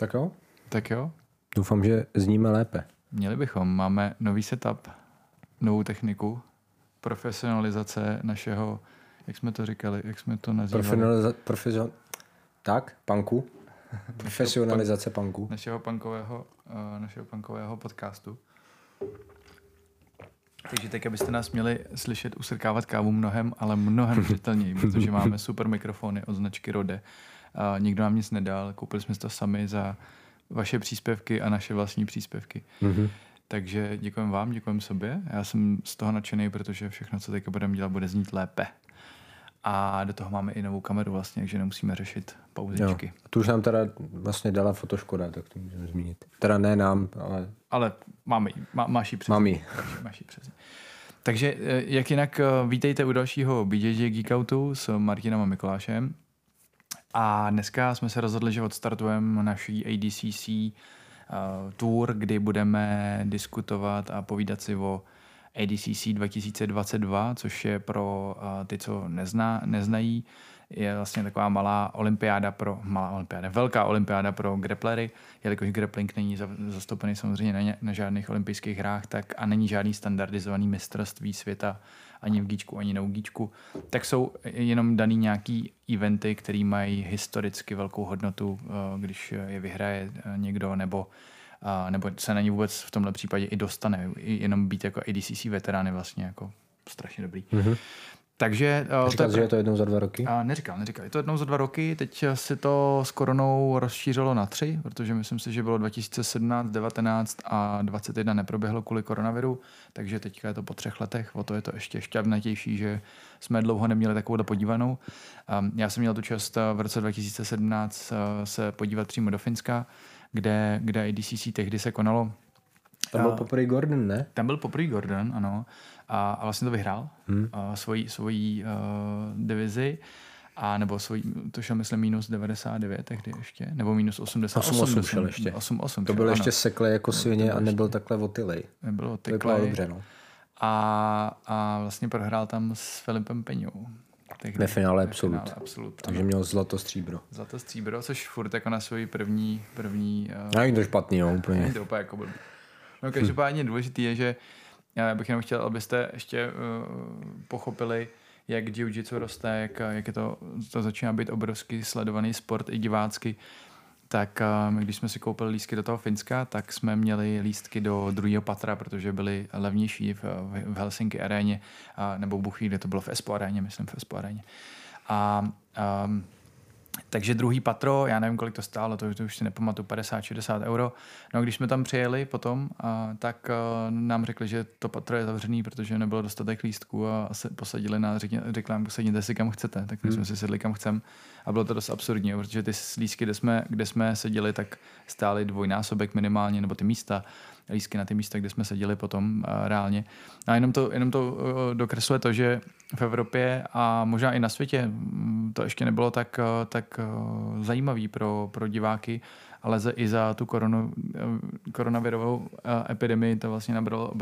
Tak jo? Tak jo. Doufám, že zníme lépe. Měli bychom. Máme nový setup, novou techniku, profesionalizace našeho, jak jsme to říkali, jak jsme to nazývali? Punku. Profesionalizace punku. Našeho punkového podcastu. Takže teď, abyste nás měli slyšet usrkávat kávu mnohem detailněji, protože máme super mikrofony od značky Rode. Nikdo nám nic nedal, koupili jsme to sami za vaše příspěvky a naše vlastní příspěvky. Mm-hmm. Takže děkujeme vám, děkujeme sobě. Já jsem z toho nadšený, protože všechno, co teď budeme dělat, bude znít lépe. A do toho máme i novou kameru vlastně, takže nemusíme řešit pauzičky. Jo. Tu už nám teda vlastně dala Fotoškoda, tak to můžeme zmínit. Teda ne nám, ale... Ale máme ji, máš ji přesně. Máš ji přesně. Takže jak jinak, vítejte u dalšího BJJ Geekoutu s Martinem a Mikulášem. A dneska jsme se rozhodli, že odstartujeme naší ADCC tour, kdy budeme diskutovat a povídat si o ADCC 2022, což je pro ty, co neznají, je vlastně taková velká olympiáda pro grapplery, jelikož grappling není zastoupený samozřejmě na žádných olympijských hrách, tak a není žádný standardizovaný mistrovství světa ani v gíčku, ani na gíčku, tak jsou jenom daný nějaký eventy, které mají historicky velkou hodnotu, když je vyhraje někdo, nebo se na ně vůbec v tomhle případě i dostane. Jenom být jako ADCC veterány vlastně jako strašně dobrý. Mm-hmm. Takže... Říkal, že je to jednou za 2 roky? Neříkal. Je to jednou za 2 roky. Teď se to s koronou rozšířilo na 3, protože myslím si, že bylo 2017, 19 a 21 neproběhlo kvůli koronaviru, takže teďka je to po 3 letech. O to je to ještě šťavnatější, že jsme dlouho neměli takovou podívanou. Já jsem měl tu čest v roce 2017 se podívat přímo do Finska, kde ADCC tehdy se konalo. Tam byl poprvé Gordon, ne? Tam byl poprvé Gordon, ano. A vlastně to vyhrál svoji divizi. A nebo to šel, myslím, minus 99 tehdy ještě. Nebo minus 88. 8 šel ještě. 8 to byl ještě seklej jako svině a nebyl takhle otylej. Nebyl otylej. To vypadalo dobře, no. A vlastně prohrál tam s Filipem Peňou. Ve finále absolut. Takže měl zlato stříbro, což furt jako na svoji první není to špatný, jo, úplně. Není to úplně jako blbý. No, každopádně důležitý je, že já bych jenom chtěl, abyste ještě pochopili, jak jiu-jitsu roste, jak je to začíná být obrovský sledovaný sport i divácky. Tak když jsme si koupili lístky do toho Finska, tak jsme měli lístky do 2. patra, protože byly levnější v Helsinki aréně, nebo v Buchy, kde to bylo v Espo aréně, myslím v Espo aréně. Takže 2. patro, já nevím, kolik to stálo, to už si nepamatuju, 50-60 euro. No a když jsme tam přijeli potom, tak nám řekli, že to patro je zavřený, protože nebylo dostatek lístků a posadili nás, řekli nám, sedněte si kam chcete, tak my jsme si sedli kam chcem a bylo to dost absurdní, protože ty lístky, kde jsme seděli, tak stály 2násobek minimálně, nebo ty místa, lístky na ty místa, kde jsme seděli potom reálně. A jenom to dokresluje to, že v Evropě a možná i na světě to ještě nebylo tak zajímavý pro diváky, ale i za tu koronavirovou epidemii to vlastně nabralo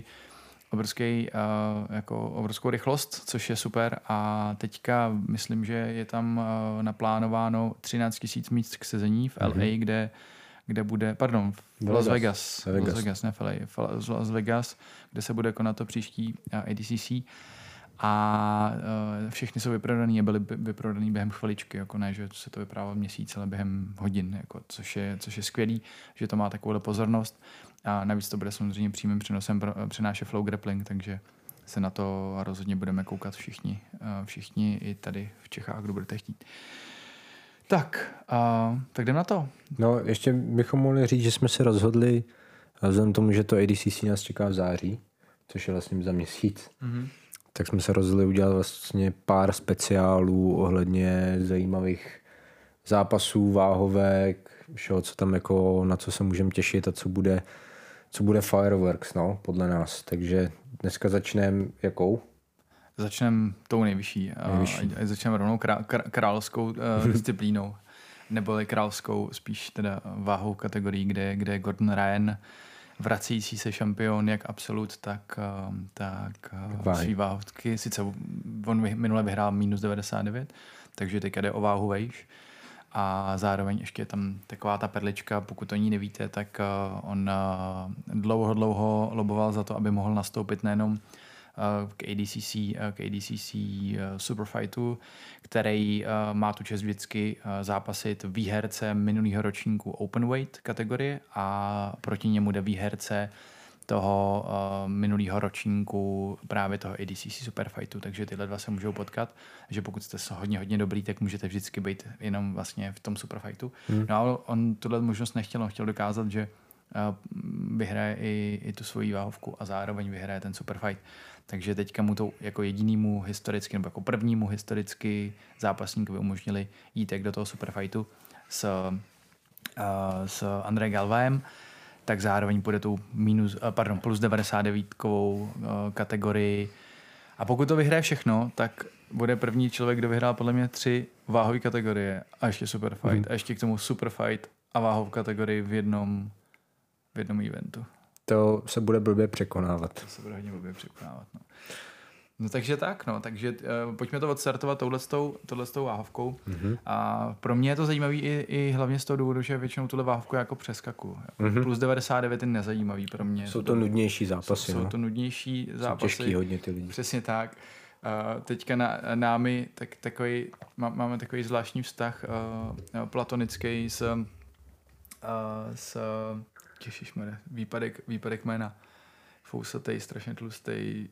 obrovskou rychlost, což je super. A teďka myslím, že je tam naplánováno 13 000 míst k sezení v LA, kde bude, v Las Vegas, ne v LA, v Las Vegas, kde se bude konat to příští ADCC. A všechny jsou vyprodaný a byly vyprodaný během chviličky, jako ne, že se to vyprávalo měsíc, ale během hodin, jako, což je skvělý, že to má takovou pozornost. A navíc to bude samozřejmě přímým přenosem přenáše Flow Grappling, takže se na to rozhodně budeme koukat všichni i tady v Čechách, kdo budete chtít. Tak jdem na to. No, ještě bychom mohli říct, že jsme se rozhodli, vzhledem tomu, že to ADCC nás čeká v září, což je vlastně za měsíc, tak jsme se rozhodli udělat vlastně pár speciálů ohledně zajímavých zápasů, váhovek, všeho, co tam jako, na co se můžeme těšit a co bude fireworks, no, podle nás. Takže dneska začneme jakou? Začneme tou nejvyšší. Začneme rovnou královskou disciplínou. Neboli královskou spíš teda váhou kategorií, kde je Gordon Ryan vracející se šampion, jak absolut, tak svý váhovky. Sice on minule vyhrál minus 99, takže teďka jde o váhu vejš. a zároveň ještě je tam taková ta perlička, pokud o ní nevíte, tak on dlouho loboval za to, aby mohl nastoupit nejenom k ADCC Superfightu, který má tu čest vždycky zápasit výherce minulého ročníku Openweight kategorie a proti němu jde výherce toho minulého ročníku právě toho ADCC Superfightu, takže tyhle dva se můžou potkat, že pokud jste hodně dobrý, tak můžete vždycky být jenom vlastně v tom Superfightu. No ale on tuhle možnost nechtěl, on chtěl dokázat, že vyhraje i tu svoji váhovku a zároveň vyhraje ten Superfight. Takže teďka mu to jako jedinýmu historicky, nebo jako prvnímu historicky zápasníkovi umožnili jít jak do toho Superfightu s André Galvaem, tak zároveň půjde tu plus 99kovou kategorii. A pokud to vyhraje všechno, tak bude první člověk, kdo vyhrál podle mě 3 váhové kategorie a ještě Superfight a ještě k tomu Superfight a váhovou kategorii v jednom eventu. To se bude blbě překonávat. To se bude hodně blbě překonávat, no. No takže tak, no, takže pojďme to odstartovat touhletou váhovkou. A pro mě je to zajímavý i hlavně z toho důvodu, že většinou tuhle váhovku jako přeskaku. Plus 99 je nezajímavý pro mě. Jsou to nudnější zápasy. Jsou to nudnější zápasy. Jsou těžký hodně ty lidi. Přesně tak. Teďka námi máme takový zvláštní vztah platonický s Ježišmarja, výpadek jména. Fousatej, strašně tlustej,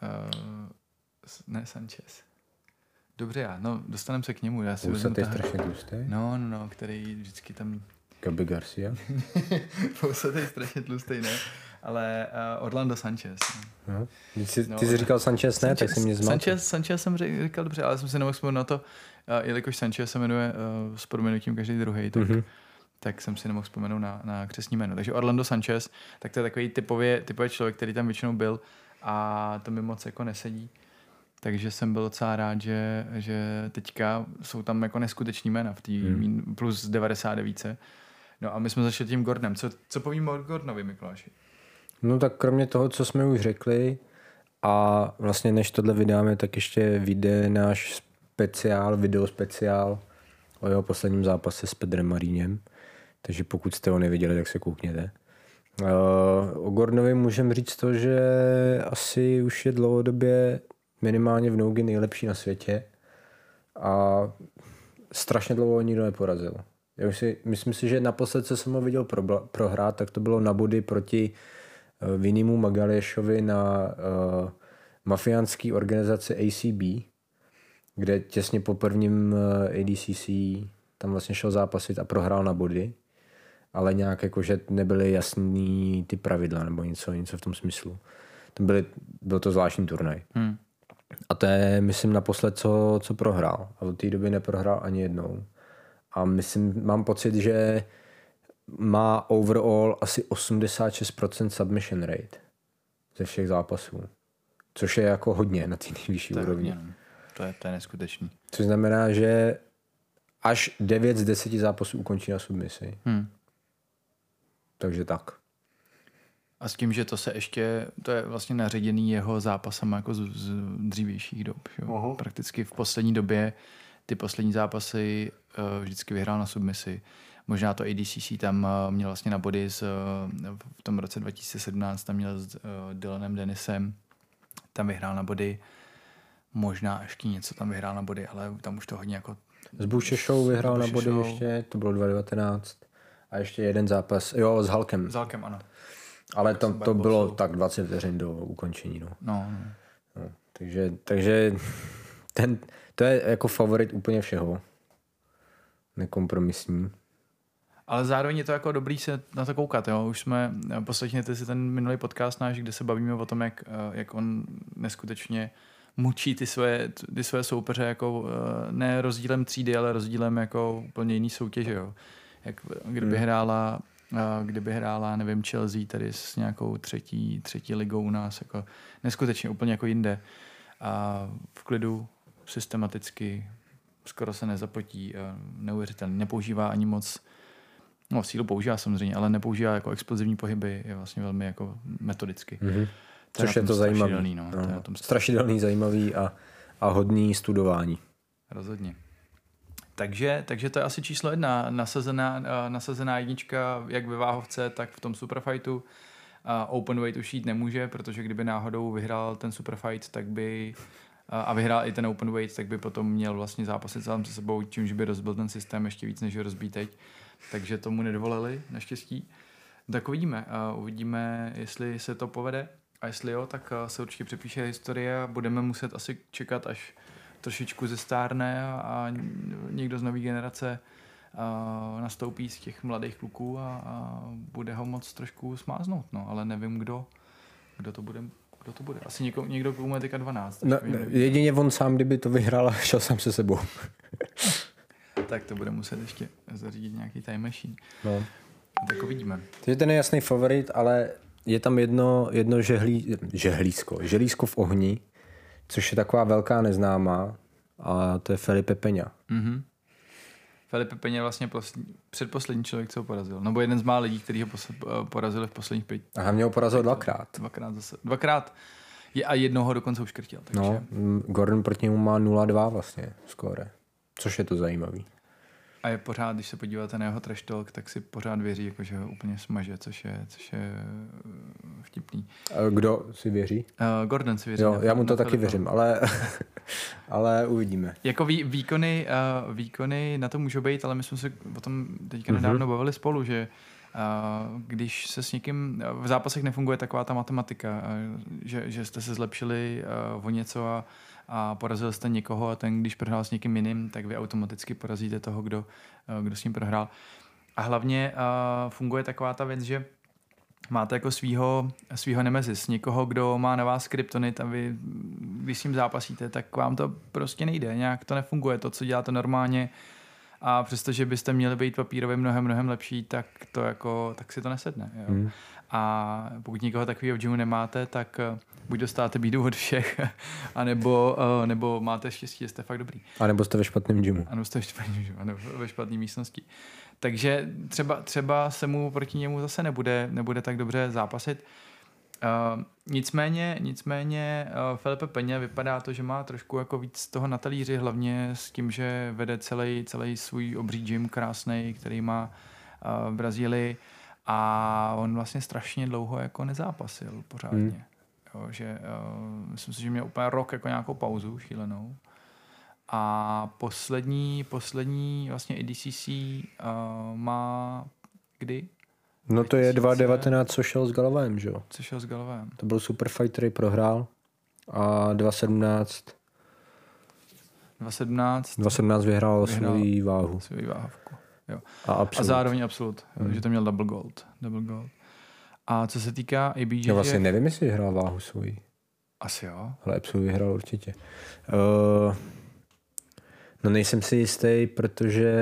ne Sanchez. Dobře, dostaneme se k němu. Fousatej, strašně tlustej? No, který vždycky tam... Gabi Garcia? Fousatej, strašně tlustej, ne? Ale Orlando Sanchez. No. Ty jsi říkal Sanchez, ne? Tak si mě zmatl. Sanchez jsem říkal dobře, ale jsem si nemohl vzpomenout na to, jelikož Sanchez se jmenuje s proměnutím každý druhý, tak jsem si nemohl vzpomenout na křestní jméno. Takže Orlando Sanchez, tak to je takový typově člověk, který tam většinou byl a to mi moc jako nesedí. Takže jsem byl docela rád, že teďka jsou tam jako neskuteční jména v té plus 99. No a my jsme začali tím Gordonem. Co povíme o Gordonovi, Mikuláši? No tak kromě toho, co jsme už řekli a vlastně než tohle vydáme, tak ještě vyjde náš video speciál o jeho posledním zápase s Pedrem Maríněm. Takže pokud jste ho neviděli, tak se koukněte. O Gordonovi můžeme říct to, že asi už je dlouhodobě minimálně v nogi nejlepší na světě a strašně dlouho ho nikdo neporazil. Myslím si, že naposled, co jsem ho viděl prohrát, tak to bylo na body proti Vinimu Magalhašovi na mafiánské organizaci ACB, kde těsně po prvním ADCC tam vlastně šel zápasit a prohrál na body, ale nějak jakože nebyly jasný ty pravidla nebo něco v tom smyslu. Byl to zvláštní turnaj. A to je, myslím, naposled, co prohrál. A od té doby neprohrál ani jednou. A mám pocit, že má overall asi 86% submission rate ze všech zápasů. Což je jako hodně na té nejvyšší úrovni. To je neskutečný. Což znamená, že až 9 z 10 zápasů ukončí na submisi. Takže tak. A s tím, že to je vlastně naředěný jeho zápasem jako z dřívějších dob. Prakticky v poslední době ty poslední zápasy vždycky vyhrál na submisi. Možná to ADCC tam měl vlastně na body v tom roce 2017 tam měl s Dylanem Dennisem, tam vyhrál na body, možná ještě něco tam vyhrál na body, ale tam už to hodně jako... S Busheshou vyhrál na body ještě, to bylo 2019 a ještě jeden zápas, s Hulkem. S Hulkem, ano. Ale tam to bylo tak 20 vteřin do ukončení. No, takže to je jako favorit úplně všeho. Nekompromisní. Ale zároveň je to jako dobrý se na to koukat. Jo? Už jsme, poslechněte si ten minulý podcast náš, kde se bavíme o tom, jak on neskutečně mučí ty své soupeře jako ne rozdílem třídy, ale rozdílem jako úplně jiný soutěže. Jo? Jak kdyby hrála, nevím, Chelsea tady s nějakou třetí ligou u nás, jako neskutečně úplně jako jinde. A v klidu, systematicky, skoro se nezapotí, neuvěřitelně, nepoužívá ani moc, sílu používá samozřejmě, ale nepoužívá jako explozivní pohyby, je vlastně velmi jako metodicky. Což je to zajímavý. Strašidelný, zajímavý a hodný studování. Rozhodně. Takže to je asi číslo 1. Nasazená jednička jak ve váhovce, tak v tom superfightu. Openweight už jít nemůže, protože kdyby náhodou vyhrál ten superfight, tak by a vyhrál i ten openweight, tak by potom měl vlastně zápasit sám se sebou, čímž by rozbil ten systém ještě víc, než ho rozbí teď. Takže tomu nedovolili, naštěstí. Tak uvidíme, jestli se to povede. A jestli jo, tak se určitě přepíše historie a budeme muset asi čekat, až trošičku zestárne a někdo z nové generace nastoupí z těch mladých kluků a bude ho moc trošku smáznout, no, ale nevím, kdo to bude. Asi někdo komu je teďka 12. No, jedině on sám, kdyby to vyhrál a šel sám se sebou. Tak to bude muset ještě zařídit nějaký time machine. No. Tak uvidíme. To je ten jasný favorit, ale je tam jedno želízko v ohni, což je taková velká neznámá, a to je Felipe Peña. Mm-hmm. Felipe Peña je vlastně předposlední člověk, co ho porazil. Nebo jeden z mála lidí, kteří ho porazili v posledních 5. A hlavně ho porazil Dvakrát a jednoho dokonce uškrtil. Takže... No, Gordon proti němu má 0-2 vlastně skóre, což je to zajímavý. A je pořád, když se podíváte na jeho trash talk, tak si pořád věří, jako, že ho úplně smaže, což je vtipný. Kdo si věří? Gordon si věří. Jo, já mu to taky věřím, ale uvidíme. Jako výkony na to můžou být, ale my jsme se o tom teďka nedávno bavili spolu, že když se s někým v zápasech nefunguje taková ta matematika, že jste se zlepšili o něco a porazil jste někoho a ten, když prohrál s někým jiným, tak vy automaticky porazíte toho, kdo s ním prohrál. A hlavně funguje taková ta věc, že máte jako svýho nemezis, někoho, kdo má na vás kryptonit a vy, když s ním zápasíte, tak vám to prostě nejde, nějak to nefunguje, to, co děláte normálně, a přestože byste měli být papírově mnohem lepší, tak si to nesedne. Jo. A pokud někoho takového v gymu nemáte, tak buď dostáte bídu od všech, nebo máte štěstí, že jste fakt dobrý. A nebo jste ve špatném gymu. A nebo jste ve špatné místnosti. Takže třeba se mu proti němu zase nebude tak dobře zápasit. Nicméně Felipe Peña vypadá to, že má trošku jako víc toho na talíři, hlavně s tím, že vede celý svůj obří gym krásnej, který má v Brazílii, a on vlastně strašně dlouho jako nezápasil pořádně. Jo, že myslím si, že měl úplně rok jako nějakou pauzu šílenou. A poslední vlastně ADCC má kdy? No to je 2019, co šel s Galovajem, že jo? Co šel s Galovajem. To byl superfight, který prohrál. A 2017 vyhrál svou váhu. Svou váhovku. Jo. A zároveň Absolut, že to měl double gold. A co se týká ABJ... Já vlastně nevím, jestli vyhrál váhu svojí. Asi jo. Ale Absolut vyhrál určitě. No nejsem si jistý, protože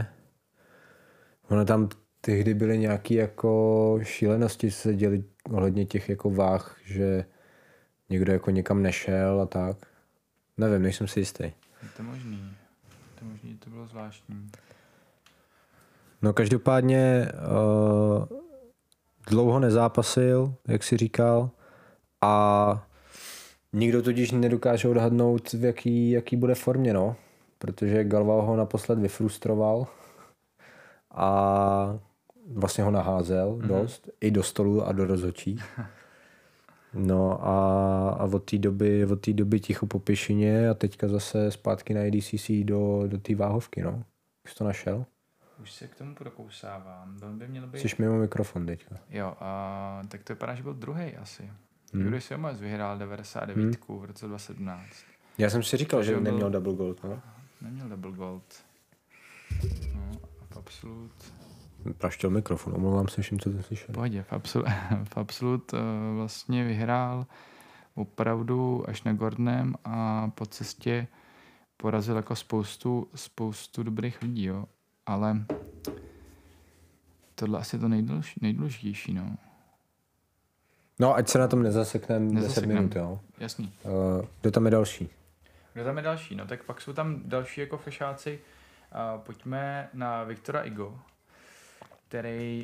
ono tam tehdy byly nějaké jako šílenosti, se děli ohledně těch jako váh, že někdo jako někam nešel a tak. Nevím, nejsem si jistý. Je to možný, to bylo zvláštní. No každopádně dlouho nezápasil, jak si říkal, a nikdo tudíž nedokáže odhadnout, v jaký bude formě, no. Protože Galvao ho naposled vyfrustroval a vlastně ho naházel dost, i do stolu a do rozhodčí. No a od té doby ticho po pěšině a teďka zase zpátky na ADCC do té váhovky, no. Už to našel? Už se k tomu prokousávám. By měl být... Jsi mimo mikrofon teďka. Jo, tak to vypadá, že byl druhej asi. Jurij Silmaz vyhrál 99 v roce 2017. Já jsem si říkal, že neměl double gold, no. Neměl double gold. No, v Absolut... Praštěl mikrofon, omlouvám se všem, co to slyšeli. Pohodě, v Absolut vlastně vyhrál opravdu až na Gordonem a po cestě porazil jako spoustu dobrých lidí, jo. Ale tohle asi je to nejdůležitější, no. No, ať se na tom nezasekneme 10 minut, jo. Jasný. Kdo tam je další? No tak pak jsou tam další jako fešáci. Pojďme na Viktora Igo, který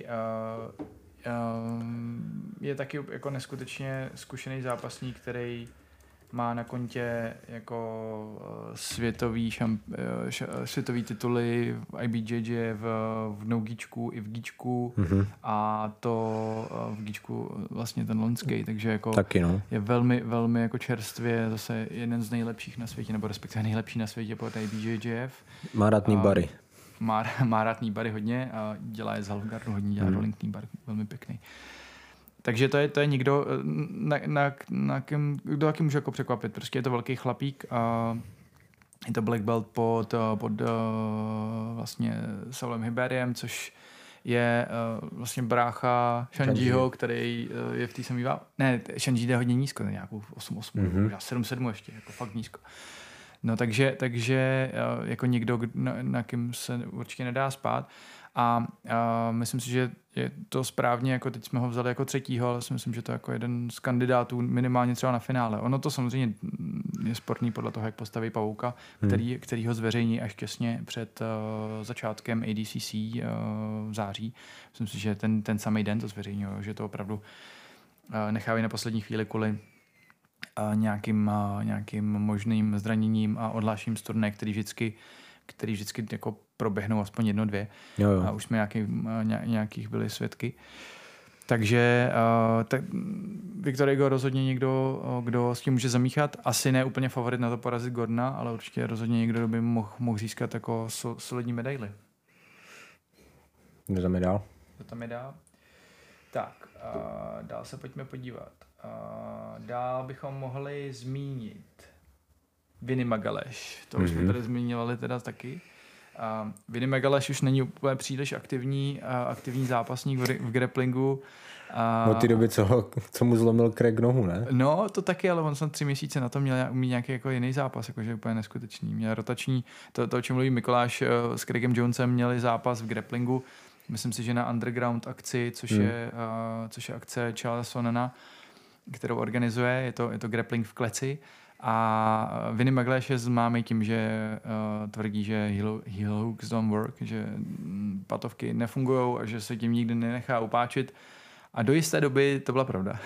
je taky jako neskutečně zkušený zápasník, který má na kontě jako světový tituly v IBJJ, v no-gíčku i v gíčku a to v gíčku vlastně ten loňský, takže jako taky, no. Je velmi, velmi jako čerstvě zase jeden z nejlepších na světě, nebo respektive nejlepší na světě pod IBJJF. Má rád Nibary. Má rád Nibary hodně a dělá je z Halfguardu hodně, dělá rolling Nibar, velmi pěkný. Takže to je někdo, kdo taky může jako překvapit. Prostě je to velký chlapík a je to black belt pod vlastně Saulem Hiberiem, což je vlastně brácha Shanjiho, který je v té samý Ne, Shanji jde hodně nízko, nějakou 8-8, 7-7 ještě, jako fakt nízko. No takže jako někdo, na kým se určitě nedá spát. A myslím si, že je to správně, jako teď jsme ho vzali jako třetího, ale si myslím, že to je jako jeden z kandidátů minimálně třeba na finále. Ono to samozřejmě je sporný podle toho, jak postaví Pavouka, který ho zveřejní až těsně před začátkem ADCC v září. Myslím si, že ten samý den to zveřejní, že to opravdu nechávají na poslední chvíli kvůli nějakým možným zraněním a odhlášením z turné, který vždycky jako proběhnou aspoň 1-2. Jo. A už jsme nějakých byli svědky. Takže Victor Hugo rozhodně někdo, kdo s tím může zamíchat. Asi ne úplně favorit na to porazit Gordona, ale určitě rozhodně někdo, kdo by mohl získat jako solidní medaily. Kdo tam je dál? Tak, dál se pojďme podívat. Dál bychom mohli zmínit Vinny Magalhães. To už jsme tady zmiňovali teda taky. Vinny Magalhães už není úplně příliš aktivní zápasník v grapplingu. Od té doby, co mu zlomil Craig nohu, ne? No, to taky, ale on jsem 3 měsíce na to měl nějaký jako jiný zápas, jakože úplně neskutečný. Měl rotační, to o čem mluví Mikuláš s Craigem Jonesem, měli zápas v grapplingu. Myslím si, že na Underground akci, což je akce Charlesa Sonnena, kterou organizuje, je to grappling v kleci. A Vinny Magalhães je známý tím, že tvrdí, že heel hooks don't work, že patovky nefungujou a že se tím nikdy nenechá upáčit. A do jisté doby to byla pravda.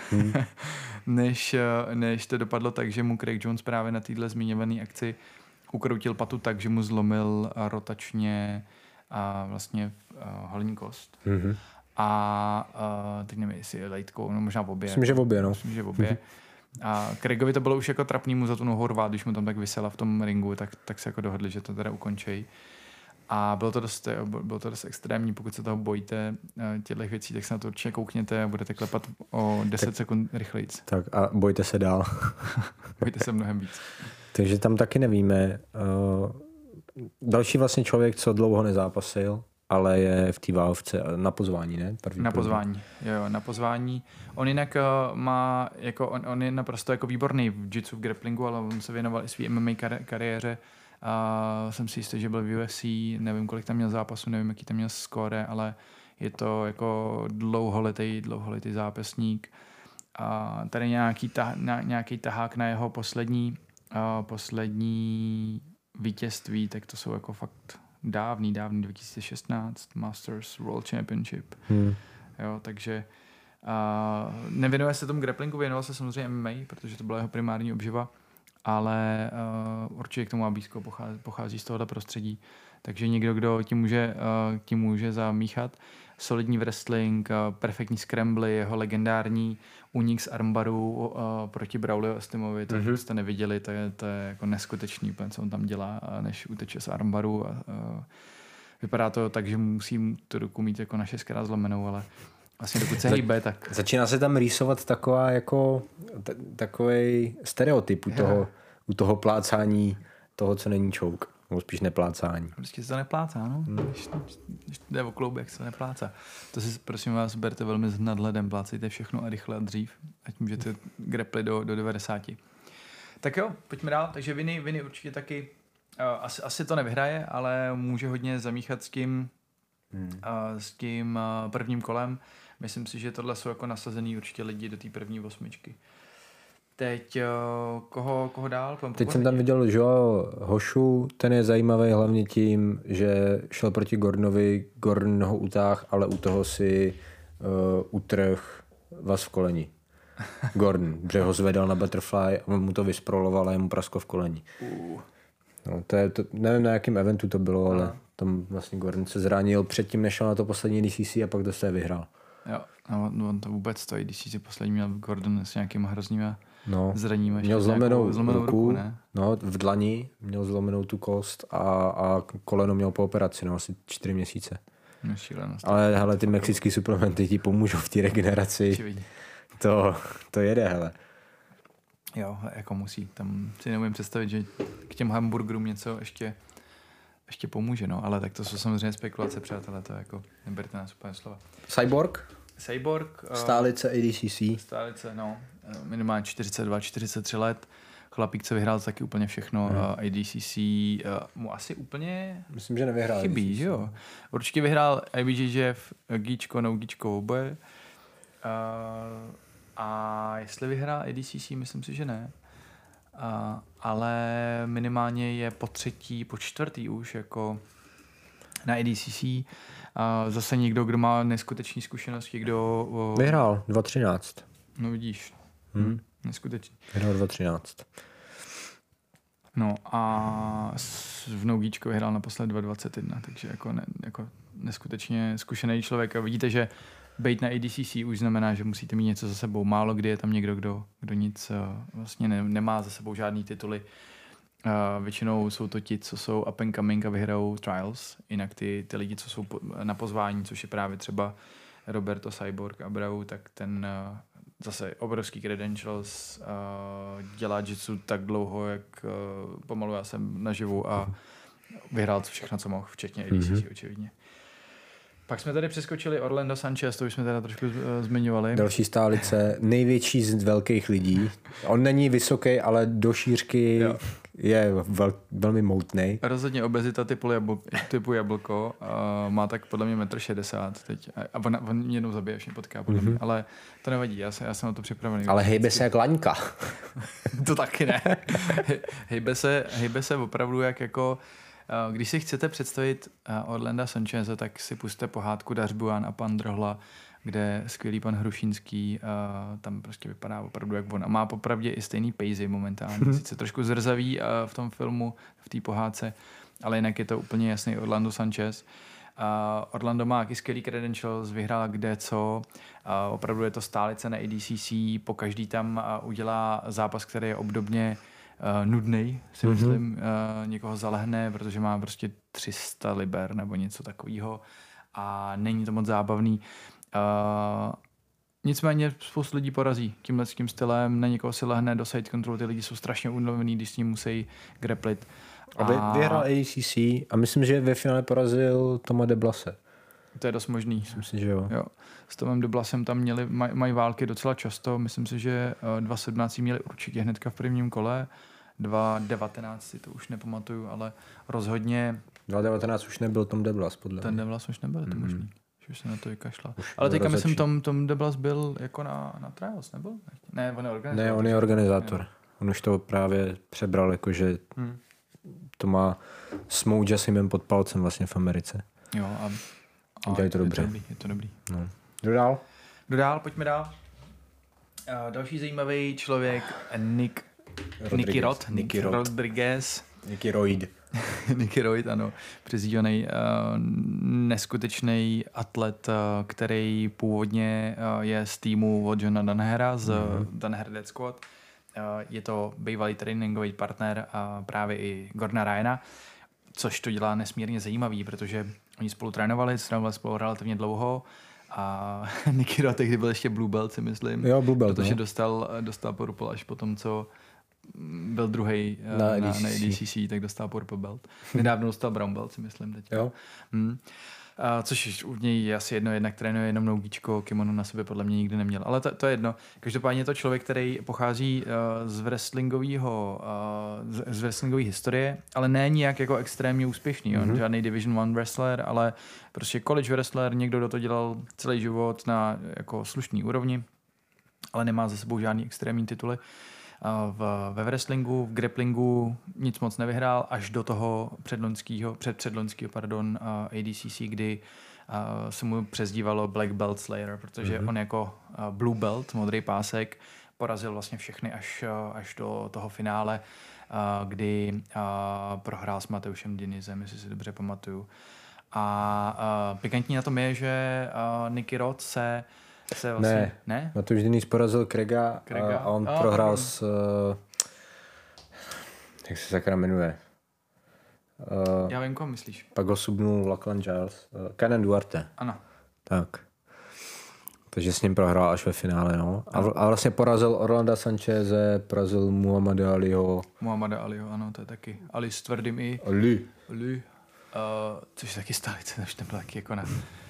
Než to dopadlo tak, že mu Craig Jones právě na této zmiňované akci ukroutil patu tak, že mu zlomil rotačně a vlastně holní kost. A teď nevím, jestli lejtkou, no možná v obě. Myslím, že v obě, no. Myslím, že v obě. A Craigovi to bylo už jako trapný mu za tu nohu rvát, když mu tam tak visela v tom ringu, tak se jako dohodli, že to teda ukončí. A bylo to dost extrémní, pokud se toho bojíte těchto věcí, tak se na to určitě koukněte a budete klepat o 10 sekund rychlejc. Tak a bojte se dál. Bojte se mnohem víc. Takže tam taky nevíme. Další vlastně člověk, co dlouho nezápasil, ale je v té válvce na pozvání, ne? Na pozvání. On jinak má, jako on je naprosto jako výborný v jitsu, v grapplingu, ale on se věnoval i svý MMA kariéře. A jsem si jistý, že byl v UFC, nevím, kolik tam měl zápasů, nevím, jaký tam měl skóre, ale je to jako dlouholetý zápasník. A tady nějaký tahák na jeho poslední vítězství, tak to jsou jako fakt dávný 2016 Masters World Championship. Jo, takže nevěnuje se tomu grapplingu, věnoval se samozřejmě MMA, protože to byla jeho primární obživa, ale určitě k tomu blízko pochází z tohoto prostředí. Takže někdo, kdo tím může zamíchat. Solidní wrestling, perfektní scrambly, jeho legendární únik z armbaru proti Braulio Estimovi, to jste neviděli, to je jako neskutečný, co on tam dělá, než uteče z armbaru. Vypadá to tak, že musím tu ruku mít jako na 6krát zlomenou, ale vlastně dokud se hýbe, tak... Začíná se tam rýsovat takovej stereotyp u toho plácání toho, co není choke. Nebo spíš neplácání. Prostě se to neplácá, no. Když jde o kloubek, se neplácá. To si prosím vás berte velmi s nadhledem, plácejte všechno a rychle a dřív, ať můžete grapplit do 90. Tak jo, pojďme dál. Takže Vinny určitě taky asi to nevyhraje, ale může hodně zamíchat s tím prvním kolem. Myslím si, že tohle jsou jako nasazený určitě lidi do té první 8. Teď koho dál? Teď jsem tam viděl Joao Hošu, ten je zajímavý hlavně tím, že šel proti Gordonovi, Gordon ho utáhl, ale u toho si utrh vaz v koleni. Gordon, protože ho zvedal na butterfly a on mu to vysproloval a jemu prasklo v koleni. No, nevím, na jakém eventu to bylo, ale tam vlastně Gordon se zranil předtím, než šel na to poslední DCC a pak to se vyhrál. Jo, no, on to vůbec to DCC poslední měl Gordon s nějakýma hroznýma zraníma. Měl zlomenou ruku, ne? No, v dlani měl zlomenou tu kost a koleno měl po operaci, asi 4 měsíce. No, šílenost. Ale hele, ty mexický suplementy ti pomůžou v té regeneraci. To jede, hele. Jo, jako musí. Tam si neumím představit, že k těm hamburgerům něco ještě pomůže, no. Ale tak to jsou samozřejmě spekulace, přátelé, to jako neberte nás úplně slova. Cyborg. Stálice ADCC. Stálice, no. Minimálně 42-43 let. Chlapík, co vyhrál taky úplně všechno. ADCC mu asi úplně myslím, že nevyhrál. Chybí, že jo. Určitě vyhrál IBJJF, Gíčko, no Gíčko, oboje. A jestli vyhrál ADCC, myslím si, že ne. Ale minimálně je po čtvrtý už jako na ADCC. Zase někdo, kdo má neskutečné zkušenosti, kdo... Vyhrál 2.13. No vidíš. Neskutečný. Vyhrál 2.13. No a v Nougíčko vyhrál naposled 2.21, takže jako neskutečně zkušený člověk. A vidíte, že být na ADCC už znamená, že musíte mít něco za sebou. Málo kdy je tam někdo, kdo nic vlastně nemá za sebou žádný tituly. Většinou jsou to ti, co jsou up and coming a vyhrajou trials. Jinak ty lidi, co jsou na pozvání, což je právě třeba Roberto Cyborg Abreu, tak ten zase obrovský credentials, dělá jitsu tak dlouho, jak pomalu já jsem naživu a vyhrál všechno, co mohl, včetně ADCC očividně. Pak jsme tady přeskočili Orlando Sanchez, to už jsme teda trošku zmiňovali. Další stálice, největší z velkých lidí. On není vysoký, ale do šířky je velmi moutnej. Rozhodně obezita typu jablko. Má tak podle mě 1,60 m teď. A on mě jednou zabije, až mě potká, podle mě. Ale to nevadí, já jsem na to připravený. Ale hejbe se jak laňka. To taky ne. hejbe se opravdu jako... Když si chcete představit Orlanda Sancheze, tak si puste pohádku Dařbuán a pan Drhla, kde skvělý pan Hrušínský tam prostě vypadá opravdu jak on. A má popravdě i stejný pejzy momentálně. Sice trošku zrzavý v tom filmu, v té pohádce, ale jinak je to úplně jasný Orlando Sanchez. Orlando má taky skvělý credentials, vyhrál kde co. Opravdu je to stálice na ADCC, po každý tam udělá zápas, který je obdobně nudnej, si myslím, někoho zalehne, protože má prostě 300 liber nebo něco takového a není to moc zábavný. Nicméně spoustu lidí porazí tímhle s tím stylem, na někoho si lehne do side control, ty lidi jsou strašně unavený, když s ním musí grapplit. A vyhrál ADCC a myslím, že ve finále porazil Toma DeBlase. To je dost možný. Myslím si, že jo. S Tomem DeBlasem tam mají války docela často. Myslím si, že 2.17 měli určitě hnedka v prvním kole. 2.19 si to už nepamatuju, ale rozhodně... 2.19 už nebyl Tom DeBlas, podle mě. Ten DeBlas už nebyl, to možný. Že už se na to vykašlal. Ale teďka myslím, Tom DeBlas byl jako na trials, nebyl? Ne, on je organizátor. Ne, on je organizátor. On už to právě přebral, jakože to má smouť s jménem pod palcem vlastně v Americe. Jo, a je to dobře. Je to dobrý. No. Kdo dál? Pojďme dál. Další zajímavý člověk, Nicky Rodriguez. Nicky Royd, ano. Přezdívaný neskutečný atlet, který původně je z týmu od Johna Danhera z Danher Death Squad. Je to bývalý tréninkový partner právě i Gordona Ryana, což to dělá nesmírně zajímavý, protože oni spolu trénovali spolu relativně dlouho a Nicky Royd tehdy byl ještě Blue Belt, si myslím. Jo, Blue Belt, protože dostal purple až po tom, co byl druhej na ADCC, tak dostal purple belt. Nedávno dostal brown belt, si myslím teď. Jo. Což u něj je asi jedno, jednak trénuje jenom nougíčko, kimono na sobě podle mě nikdy neměl. Ale to je jedno. Každopádně je to člověk, který pochází z wrestlingové historie, ale ne nijak jako extrémně úspěšný. On žádný Division 1 wrestler, ale prostě college wrestler, někdo, kdo to dělal celý život na jako slušný úrovni, ale nemá za sebou žádný extrémní tituly. Ve wrestlingu, v grapplingu nic moc nevyhrál až do toho předloňského ADCC, kdy se mu přezdívalo Black Belt Slayer, protože on jako Blue Belt, modrý pásek, porazil vlastně všechny až do toho finále, kdy prohrál s Mateušem Dinizem, jestli si dobře pamatuju. A pikantní na tom je, že Nicky Rod se vlastně... Ne? Mateuš Diniz porazil Craiga a on prohrál s... jak se sakra jmenuje? Já vím, koho myslíš. Pak ho subnul Lachlan Giles. Kenan Duarte. Ano. Tak. Takže s ním prohrál až ve finále, no. A vlastně porazil Orlanda Sancheze, porazil Muhammada Aliho. Ano, to je taky. Ali s tvrdým i. Ali. Což je taky stálice, než ten byl taky jako na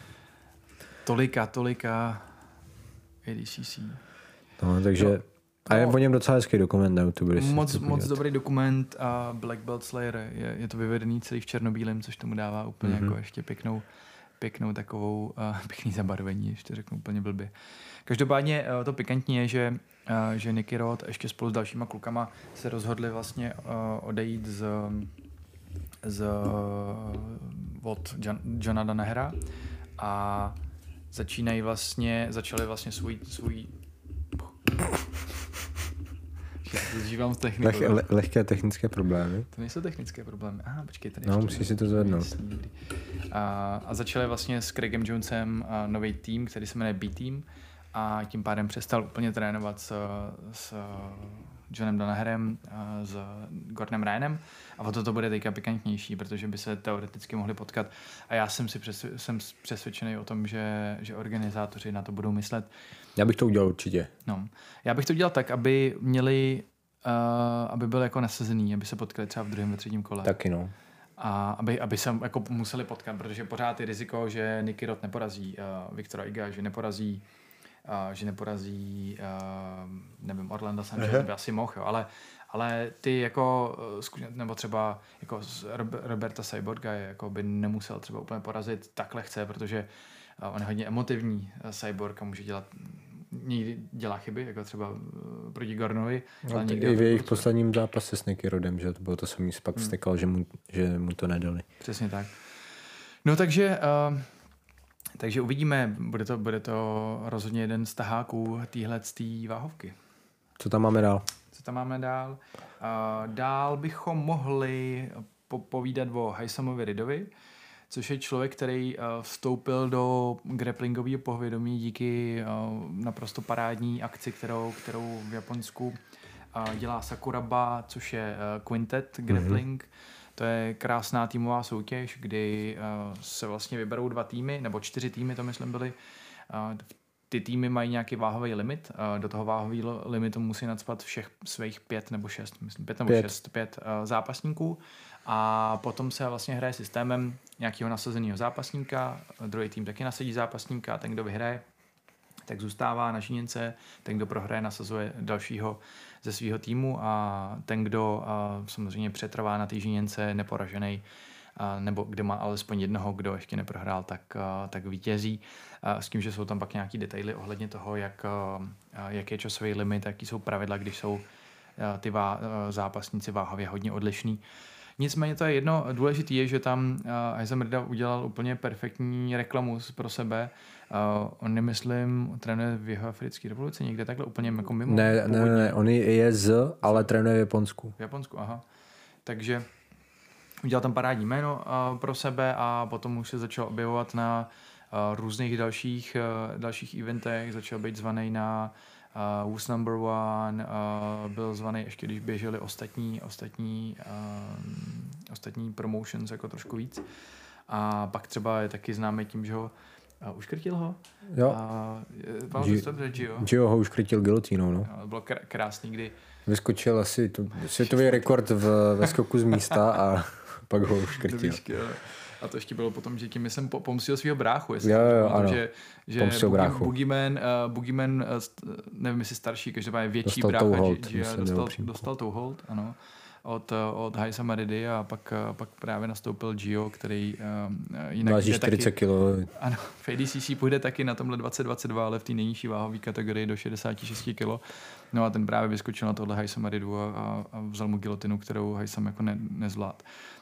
tolika ADCC. No, takže... A je o něm docela hezký dokument na YouTube. Moc dobrý dokument a Black Belt Slayer je to vyvedený celý v černobílém, což tomu dává úplně jako ještě pěknou takovou, pěkný zabarvení, ještě řeknu úplně blbě. Každopádně to pikantní je, že Nicky Rod ještě spolu s dalšíma klukama se rozhodli vlastně odejít od Johna Danahera a začali vlastně svůj Zžívám techniku. Lehké technické problémy. To nejsou technické problémy. Počkej, tady no, musíš si to zvednout. A začali vlastně s Craigem Jonesem nový tým, který se jmenuje B-Team a tím pádem přestal úplně trénovat s Johnem Danaherem, s Gordonem Ryanem a o to bude teďka pikantnější, protože by se teoreticky mohli potkat a já jsem přesvědčený o tom, že organizátoři na to budou myslet. Já bych to udělal určitě. No. Já bych to udělal tak, aby aby byl jako nasazený, aby se potkali třeba v druhém, ve třetím kole. Taky no. A aby se jako museli potkat, protože pořád je riziko, že Nicky Rod neporazí Viktora Iga, že neporazí nevím, Orlando Sanchez by asi mohl, jo, ale ty jako, nebo třeba jako Roberta Cyborga jako by nemusel třeba úplně porazit tak lehce, protože on je hodně emotivní Cyborg a může někdy dělá chyby, jako třeba proti Gordonovi. No, i v jejich posledním zápase s Nicky Rodem, že to bylo to samý, pak vztekal, že mu to nedali. Přesně tak. No takže uvidíme, bude to rozhodně jeden z taháků téhletý váhovky. Co tam máme dál? Dál bychom mohli povídat o Haisamovi Ridovi, což je člověk, který vstoupil do grapplingového povědomí díky naprosto parádní akci, kterou v Japonsku dělá Sakuraba, což je Quintet Grappling. To je krásná týmová soutěž, kdy se vlastně vyberou 2 týmy, nebo 4 týmy to myslím byly. Ty týmy mají nějaký váhový limit. Do toho váhového limitu musí nacpat všech svých 5 nebo 6, myslím 5 zápasníků. A potom se vlastně hraje systémem nějakého nasazeného zápasníka, druhý tým taky nasadí zápasníka, ten, kdo vyhraje, tak zůstává na žíněnce, ten, kdo prohraje, nasazuje dalšího ze svého týmu a ten, kdo samozřejmě přetrvá na té žíněnce neporažený, nebo kde má alespoň jednoho, kdo ještě neprohrál, tak vítězí. S tím, že jsou tam pak nějaký detaily ohledně toho, jak je časový limit, jaký jsou pravidla, když jsou ty zápasníci váhově hodně odlišný. Nicméně to je jedno. Důležitý je, že tam Aizam Rida udělal úplně perfektní reklamu pro sebe. On nemyslím, trénuje v Jihoafrické republice, někde takhle úplně jako mimo. Ne, on je ale trénuje v Japonsku. V Japonsku, aha. Takže udělal tam parádní jméno pro sebe a potom už se začal objevovat na různých dalších eventech. Začal být zvaný na Who's Number One, byl zvaný ještě, když běželi ostatní promotions jako trošku víc. A pak třeba je taky známý tím, že ho uškrtil ho. Jo. Gio ho uškrtil gilotínou, no. Bylo krásný, kdy vyskočil asi světový rekord ve skoku z místa a pak ho uškrtil. A to ještě bylo potom, že tím jsem pomstil svého bráchu. Ano. Že Boogeyman, nevím, jestli starší, každopádně větší dostal brácha, dostal Touhold, ano, od Haisama Ridy a pak právě nastoupil Gio, který jinak váží 40 kg. Ano, v ADCC půjde taky na tomhle 2022, ale v té nejnižší váhové kategorii do 66 kg. No a ten právě vyskočil na tohle Haisama Ridu a vzal mu gilotinu, kterou Haisam jako nezvlád.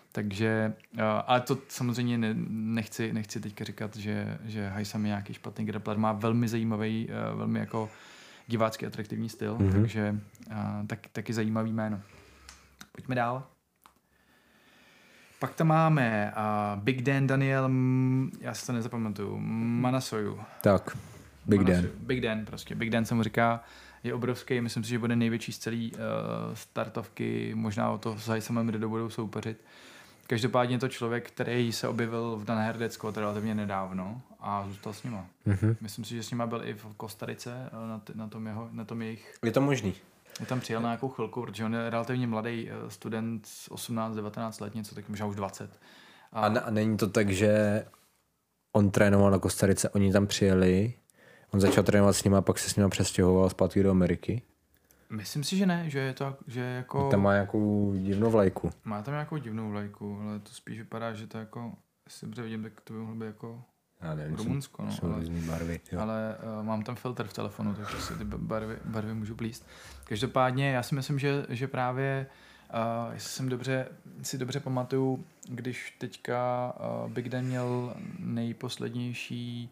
Takže, ale to samozřejmě nechci teďka říkat, že Haysam je nějaký špatný grappler. Má velmi zajímavý, velmi jako divácky atraktivní styl, takže taky zajímavý jméno. Pojďme dál. Pak tam máme Big Dan Daniel, já si to nezapamatuju, Manasoju. Tak, Big Dan. Big Dan prostě. Big Dan se mu říká, je obrovský, myslím si, že bude největší z celé startovky, možná o to s Haysamem, kde budou soupeřit. Každopádně je to člověk, který se objevil v Dan Herdecku relativně nedávno a zůstal s nima. Myslím si, že s nima byl i v Kostarice na tom jejich... Je to možný. Je tam přijel na nějakou chvilku, protože on je relativně mladý student, 18-19 let, něco tak možná už 20. A není to tak, že on trénoval na Kostarice, oni tam přijeli, on začal trénovat s nima a pak se s nima přestěhoval zpátky do Ameriky? Myslím si, že ne, že je to že jako... Tam má nějakou divnou vlajku. Má tam nějakou divnou vlajku, ale to spíš vypadá, že to jako, jestli dobře vidím, tak to by mohlo být jako Rumunsko. Barvy, ale mám tam filtr v telefonu, takže si ty barvy můžu plíst. Každopádně já si myslím, že právě jestli jsem si dobře pamatuju, když teďka Big Dan měl nejposlednější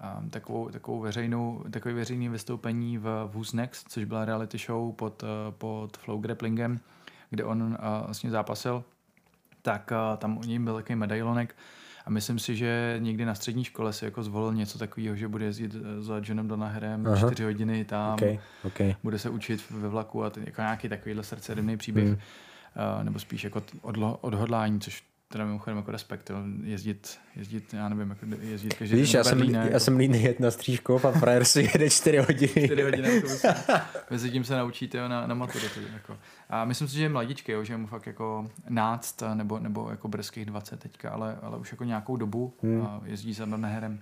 takový veřejný vystoupení v Who's Next, což byla reality show pod Flow Grapplingem, kde on vlastně zápasil, tak tam u něj byl takový medailonek a myslím si, že někdy na střední škole si jako zvolil něco takového, že bude jezdit za Johnem Danaherem 4 hodiny tam, bude se učit ve vlaku a jako nějaký takovýhle srdcerivný příběh, nebo spíš jako odhodlání, což teda mimochodem jako respekt, jezdit, já nevím, jako jezdit každý den do Berlína. Já jsem líný jet na Střížkov a frajer si jede 4 hodiny. 4 hodiny, mezi tím se naučí na maturitu. Jako. A myslím si, že je mladičký, že je mu fakt jako 11 nebo jako brzkých 20 teďka, ale už jako nějakou dobu jezdí za Danaherem.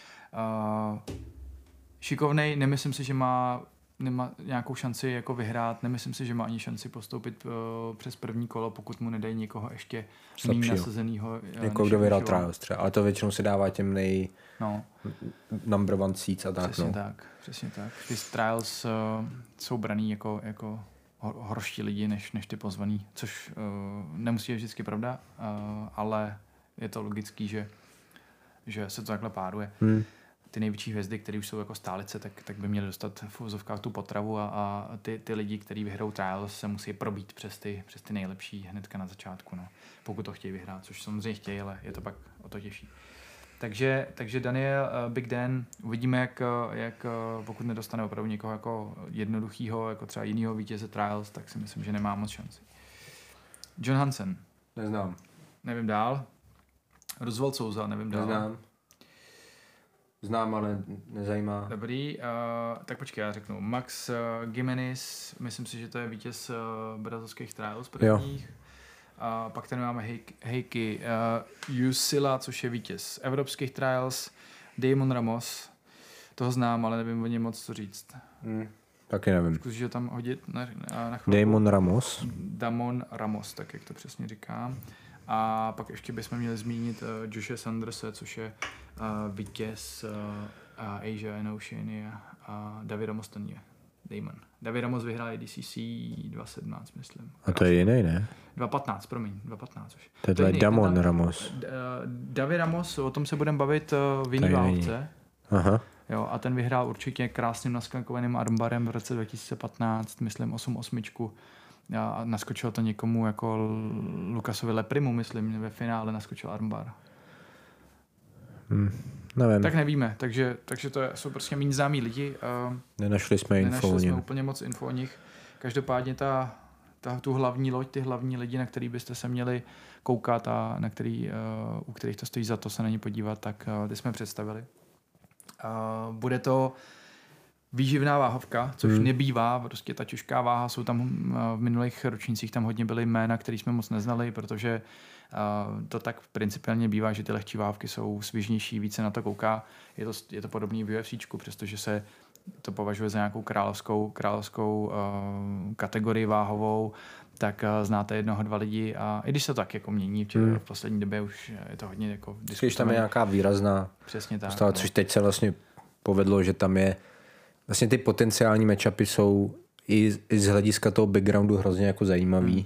Šikovnej, nemyslím si, že nemá nějakou šanci jako vyhrát, nemyslím si, že má ani šanci postoupit přes první kolo, pokud mu nedají někoho ještě méně nasazenýho. Jako kdo vyhrál Trials třeba, ale to většinou se dává těm number one seeds a tak. Přesně tak. Ty Trials jsou braný jako horší lidi než ty pozvaný, což nemusí být vždycky pravda, ale je to logický, že se to takhle páruje. Ty největší hvězdy, které už jsou jako stálice, tak by měly dostat v uvozovkách tu potravu a ty lidi, kteří vyhrajou Trials, se musí probít přes ty nejlepší hnedka na začátku, pokud to chtějí vyhrát, což samozřejmě chtějí, ale je to pak o to těžší. Takže Daniel, Big Dan, uvidíme, jak pokud nedostane opravdu někoho jako jednoduchýho, jako třeba jinýho vítěze Trials, tak si myslím, že nemá moc šanci. John Hansen. Neznám. Nevím dál. Roosevelt Souza, nevím dál. Neznám. Znám, ale nezajímá. Dobrý, tak počkej, já řeknu. Max Gimenez, myslím si, že to je vítěz brazilských trials prvních. A pak tady máme Heikki Jusila, což je vítěz evropských trials. Damon Ramos, toho znám, ale nevím o něm moc co říct. Taky nevím. Zkusíš ho tam hodit na chvilku. Damon Ramos, tak jak to přesně říkám. A pak ještě bychom měli zmínit Joshe Sanderse, což je vítěz Asia and Oceania a David Ramos ten je Damon. David Ramos vyhrál ADCC 2017, myslím. A to je jiný, ne? 2015 už. To je Damon Ramos. David Ramos, o tom se budeme bavit v jiný válce. Aha. Jo, a ten vyhrál určitě krásným naskankovaným armbarem v roce 2015, myslím 8-8. A naskočilo to někomu jako Lukasovi Leprimu, myslím, ve finále naskočil armbar. Nevím. Tak nevíme, takže to jsou prostě méně známí lidi. Nenašli jsme úplně moc info o nich. Každopádně tu hlavní loď, ty hlavní lidi, na který byste se měli koukat a u kterých to stojí za to se na ně podívat, tak ty jsme představili. Bude to výživná váhovka, což nebývá, prostě ta těžká váha, jsou tam v minulých ročnících tam hodně byly jména, které jsme moc neznali, protože to tak principiálně bývá, že ty lehčí váhovky jsou svižnější, více na to kouká. Je to podobný v UFCčku, přestože se to považuje za nějakou královskou kategorii váhovou, tak znáte 1-2 lidi a i když se to tak jako mění, v poslední době už je to hodně jako diskutované. Když tam je nějaká výrazná postava, což teď se vlastně povedlo, že tam je vlastně ty potenciální matchupy jsou i z hlediska toho backgroundu hrozně jako zajímavý.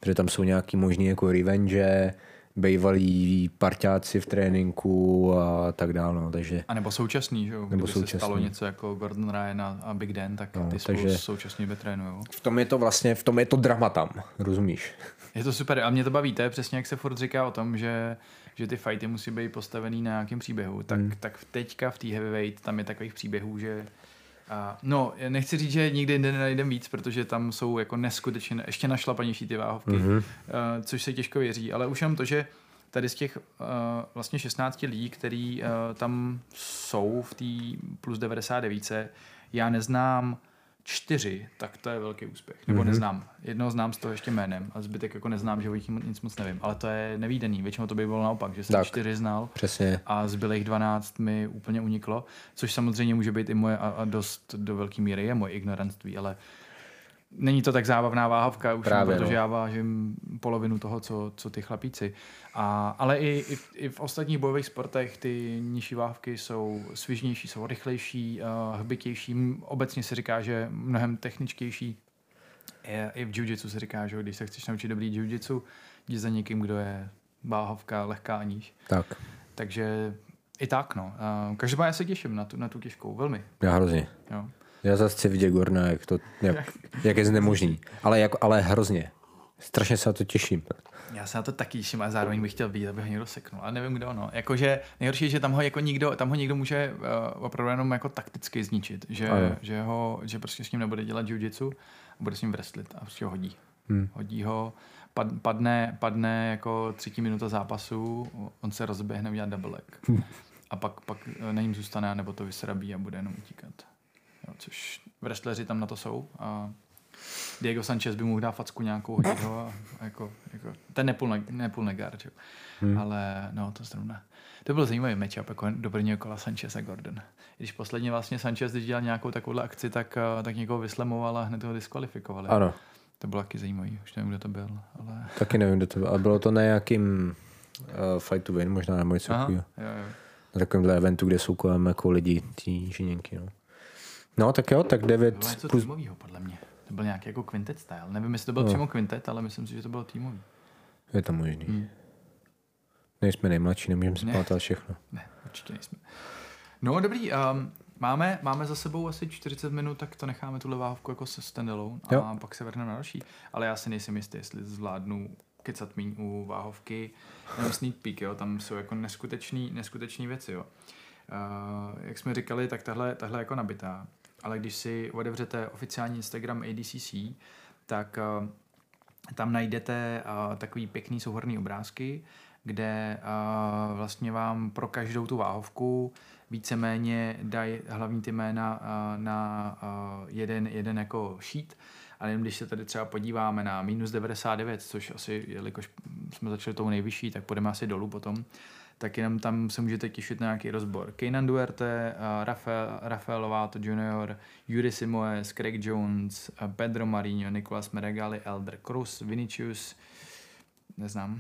že tam jsou nějaký možný jako revenge, bývalí parťáci v tréninku a tak dále. No, takže... A nebo současný, že jo? Kdyby se stalo něco jako Gordon Ryan a Big Dan, tak ty spolu současně by trénujou. V tom je to drama tam, rozumíš? Je to super a mě to baví, to je přesně jak se furt říká o tom, že ty fighty musí být postavený na nějakém příběhu. Tak teďka v té heavyweight tam je takových příběhů, že no, nechci říct, že nikdy nenajdem víc, protože tam jsou jako neskutečně ještě našlapanější ty váhovky, což se těžko věří, ale už jenom to, že tady z těch vlastně 16 lidí, který tam jsou v té plus 99, já neznám 4, tak to je velký úspěch. Nebo neznám. Jednoho znám z toho ještě jménem a zbytek jako neznám, že o nich nic moc nevím. Ale to je nevídaný. Většinou to by bylo naopak, že jsem 4 znal. Přesně. A zbylých 12 mi úplně uniklo. Což samozřejmě může být i moje a dost do velké míry je moje ignoranství, ale není to tak zábavná váhovka už, protože já vážím polovinu toho, co ty chlapíci. Ale i v ostatních bojových sportech ty nižší váhovky jsou svižnější, jsou rychlejší, hbitější. Obecně se říká, že mnohem techničtější. I v jiu-jitsu se říká, že když se chceš naučit dobrý jiu-jitsu, jdi za někým, kdo je váhovka lehká a níž. Tak. Takže i tak, no. Každopádně se těším na tu těžkou, velmi. Já hrozně. Jo. Já zase chci vidět Gordona, jak je znemožný. Ale hrozně. Strašně se na to těším. Já se na to taky těším a zároveň bych chtěl vidět, aby ho někdo seknul. Ale nevím kdo, no. Jakože nejhorší je, že tam ho někdo může opravdu jenom jako takticky zničit. Že prostě s ním nebude dělat jiu-jitsu a bude s ním wrestlit a prostě ho hodí. Hodí ho, padne jako 3 minuta zápasu, on se rozběhne, udělá double leg. A pak na něm zůstane, nebo to vysrabí a bude jenom utíkat. Jo, což wrestleri tam na to jsou. A Diego Sanchez by mohl dát facku nějakou, hodit ho a jako ten nepůl negard, jo. Ale no, to zrovna. To byl zajímavý matchup, jako do prvního kola Sanchez a Gordon. Když posledně vlastně Sanchez, když dělal nějakou takovouhle akci, tak někoho vyslemoval a hned ho diskvalifikovali. Ano. To bylo taky zajímavý, už nevím, kdo to byl. Ale... Taky nevím, kdo to byl. A bylo to na nějakým Fight to Win, možná nebo něco takového. Na takovémhle eventu, kde jsou kolem jako lidi, tí žiněnky, no. No, tak jo, tak 9 to bylo něco týmovýho, podle mě. To byl nějaký jako quintet style. Nevím, jestli to byl přímo quintet, ale myslím si, že to bylo týmový. Je to možný. Nejsme nejmladší, nemůžeme si pamatovat všechno. Ne, určitě nejsme. No, dobrý. Máme za sebou asi 40 minut, tak to necháme tuhle váhovku jako se standalone a pak se vrhneme na další. Ale já si nejsem jistý, jestli zvládnu kecat míň u váhovky. Nevím, sneak peek, jo, tam jsou jako neskutečný věci, jo. Jak jsme říkali, tak tahle jako nabitá. Ale když si otevřete oficiální Instagram ADCC, tak tam najdete takový pěkný souhrnný obrázky, kde vlastně vám pro každou tu váhovku víceméně dají hlavní ty jména na jeden jako sheet. A jenom když se tady třeba podíváme na minus 99, což asi, jelikož jsme začali tou nejvyšší, tak půjdeme asi dolů potom, tak jenom tam se můžete těšit na nějaký rozbor. Keynan Duarte, Rafael Lovato Jr., Yuri Simoes, Craig Jones, Pedro Marinho, Nicolas Meregali, Elder Cruz, Vinicius, neznám,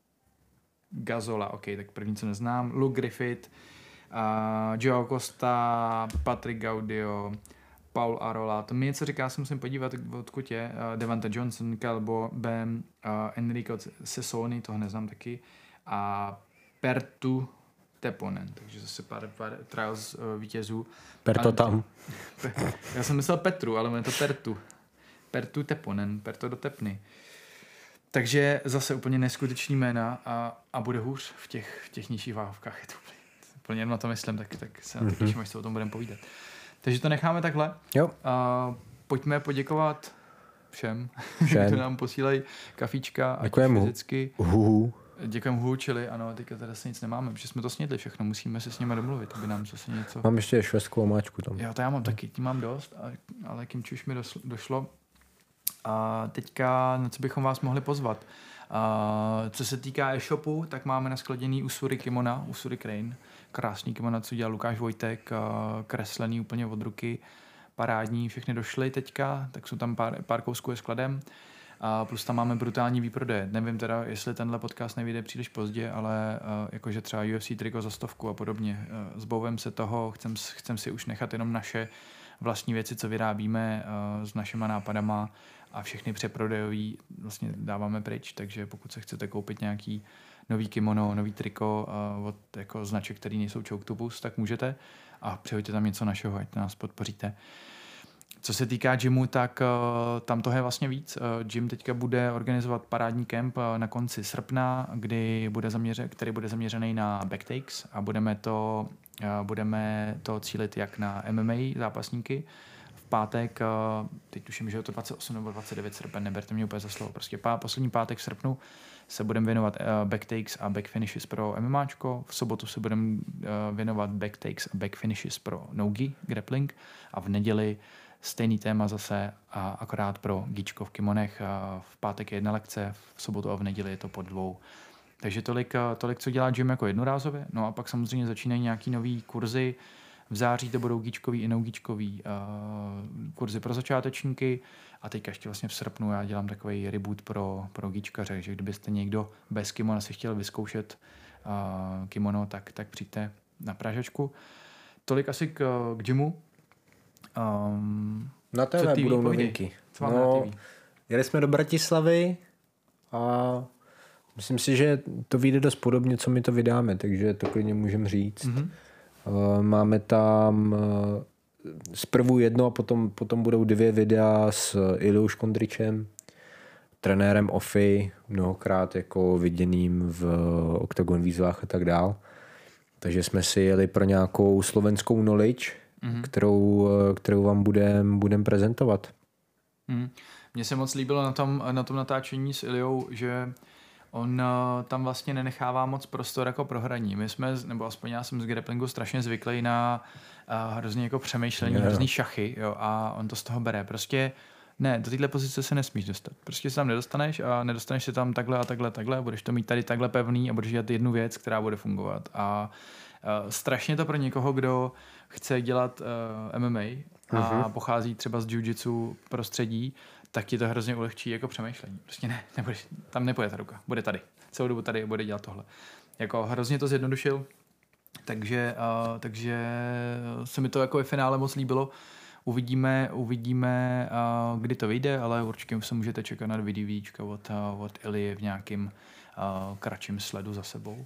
Gazola, ok, tak první, co neznám, Luke Griffith, Joao Costa, Patrick Gaudio, Paul Arola, to mi něco říká, se musím podívat, odkud je, Devante Johnson, Calbo, Bam, Enrico Sessoni, toho neznám taky, a Pertu Teponen, takže zase pár trials vítězů. Perto tam. Já jsem myslel Petru, ale je to Pertu. Pertu Teponen, Perto do Tepny. Takže zase úplně neskutečný jména a bude hůř v těch nižších váhovkách. Je to úplně jenom na to myslím, tak se na to těším, až se o tom budeme povídat. Takže to necháme takhle. Jo. Pojďme poděkovat všem. kdo nám posílají kafíčka a fyzicky. Děkujeme čili ano, teďka tady se nic nemáme, protože jsme to snědli všechno, musíme se s nimi domluvit, aby nám zase něco... Mám ještě švestkou omáčku tam. Jo, to já mám taky, tím mám dost, ale kimči už mi došlo. A teďka, na co bychom vás mohli pozvat? Co se týká e-shopu, tak máme naskladěný Usuri kimona, Usuri Crane, krásný kimona, co dělal Lukáš Vojtek, kreslený úplně od ruky, parádní, všechny došly teďka, tak jsou tam pár kousků je skladem. A plus tam máme brutální výprodeje. Nevím teda, jestli tenhle podcast nevyjde příliš pozdě, ale jakože třeba UFC triko za 100 a podobně. Zbavujeme se toho, chcem si už nechat jenom naše vlastní věci, co vyrábíme s našima nápadama a všechny přeprodejový vlastně dáváme pryč, takže pokud se chcete koupit nějaký nový kimono, nový triko od jako značek, který nejsou Choctopus, tak můžete a přihoďte tam něco našeho, ať nás podpoříte. Co se týká gymu, tak tam toho je vlastně víc. Gym teďka bude organizovat parádní kemp na konci srpna, který bude zaměřený na backtakes a budeme to cílit jak na MMA zápasníky. V pátek, teď tuším, že je to 28 nebo 29 srpen, neberte mě úplně za slovo, prostě poslední pátek v srpnu se budeme věnovat backtakes a back finishes pro MMAčko, v sobotu se budeme věnovat backtakes a back finishes pro nogi, grappling a v neděli stejný téma zase a akorát pro gíčko v kimonech. V pátek je 1 lekce, v sobotu a v neděli je to po 2. Takže tolik, co dělá gym jako jednorázově. No a pak samozřejmě začínají nějaký nový kurzy. V září to budou gíčkový i no-gíčkový kurzy pro začátečníky. A teď ještě vlastně v srpnu já dělám takový reboot pro gíčkaře, že kdybyste někdo bez kimona si chtěl vyzkoušet kimono, tak přijďte na Pražačku. Tolik asi k gymu. Na TV budou novinky. Jeli jsme do Bratislavy a myslím si, že to vyjde dost podobně, co my to vydáme, takže to klidně můžeme říct. Mm-hmm. Máme tam zprvu jedno a potom budou 2 videa s Iliou Škondričem, trenérem OFI, mnohokrát jako viděným v Octagon výzvách a tak dál. Takže jsme si jeli pro nějakou slovenskou knowledge, kterou vám budem prezentovat. Mně se moc líbilo na tom natáčení s Iliou, že on tam vlastně nenechává moc prostor jako pro hraní. My jsme, nebo aspoň já jsem z grapplingu strašně zvyklý na hrozně jako přemýšlení, hrozný šachy, jo, a on to z toho bere. Prostě ne, do téhle pozice se nesmíš dostat. Prostě se tam nedostaneš a nedostaneš se tam takhle a takhle, budeš to mít tady takhle pevný a budeš dělat jednu věc, která bude fungovat. A strašně to pro někoho, kdo chce dělat MMA a pochází třeba z jiu-jitsu prostředí, tak ti to hrozně ulehčí jako přemýšlení. Prostě tam nepůjde ta ruka, bude tady. Celou dobu tady bude dělat tohle. Jako hrozně to zjednodušil, takže se mi to jako ve finále moc líbilo. Uvidíme, kdy to vyjde, ale určitě se můžete čekat na videíčka od Ilie v nějakým kratším sledu za sebou.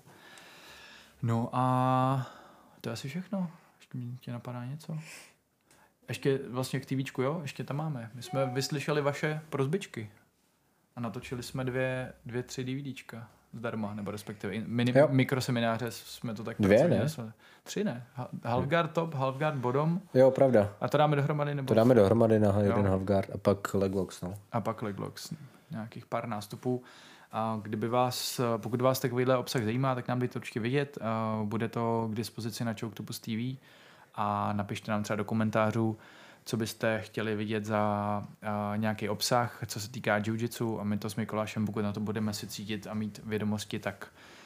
No a to je asi všechno. Ještě mi tě napadá něco? Ještě vlastně k TVčku, jo? Ještě tam máme. My jsme vyslyšeli vaše prosbičky a natočili jsme 2-3 DVDčka zdarma, nebo respektive mikrosemináře jsme to tak... 2, ne? 3, ne? Halfguard top, Halfguard bottom. Jo, pravda. A to dáme dohromady? Nebo... To dáme dohromady na jeden Halfguard a pak leglocks, no. A pak leglocks. Nějakých pár nástupů. A pokud vás takovýhle obsah zajímá, tak nám dejte určitě vidět. Bude to k dispozici na Choctopus TV a napište nám třeba do komentářů, co byste chtěli vidět za nějaký obsah, co se týká jiu-jitsu, a my to s Mikulášem, pokud na to budeme si cítit a mít vědomosti, tak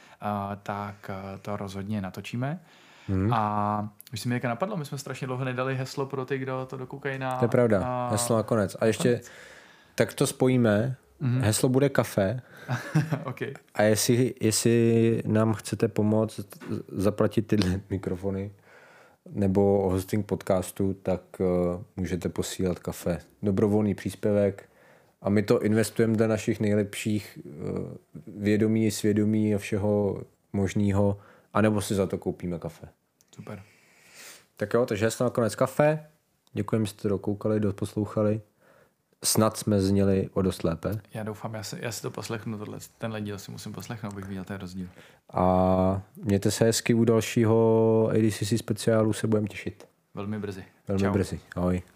to rozhodně natočíme. A už si mi jaká napadlo, my jsme strašně dlouho nedali heslo pro ty, kdo to dokoukají na... To je pravda, heslo nakonec. A ještě tak to spojíme. Heslo bude kafe. Okay. A jestli nám chcete pomoct zaplatit tyhle mikrofony nebo hosting podcastu, tak můžete posílat kafe. Dobrovolný příspěvek a my to investujeme do našich nejlepších vědomí, svědomí a všeho možného, anebo si za to koupíme kafe. Super. Tak jo, takže heslo nakonec kafe. Děkujeme, že jste dokoukali, doposlouchali. Snad jsme zněli o dost lépe. Já doufám, já si to poslechnu, tenhle díl si musím poslechnout, abych viděl ten rozdíl. A mějte se hezky, u dalšího ADCC speciálu se budeme těšit. Velmi brzy. Velmi brzy. Ahoj.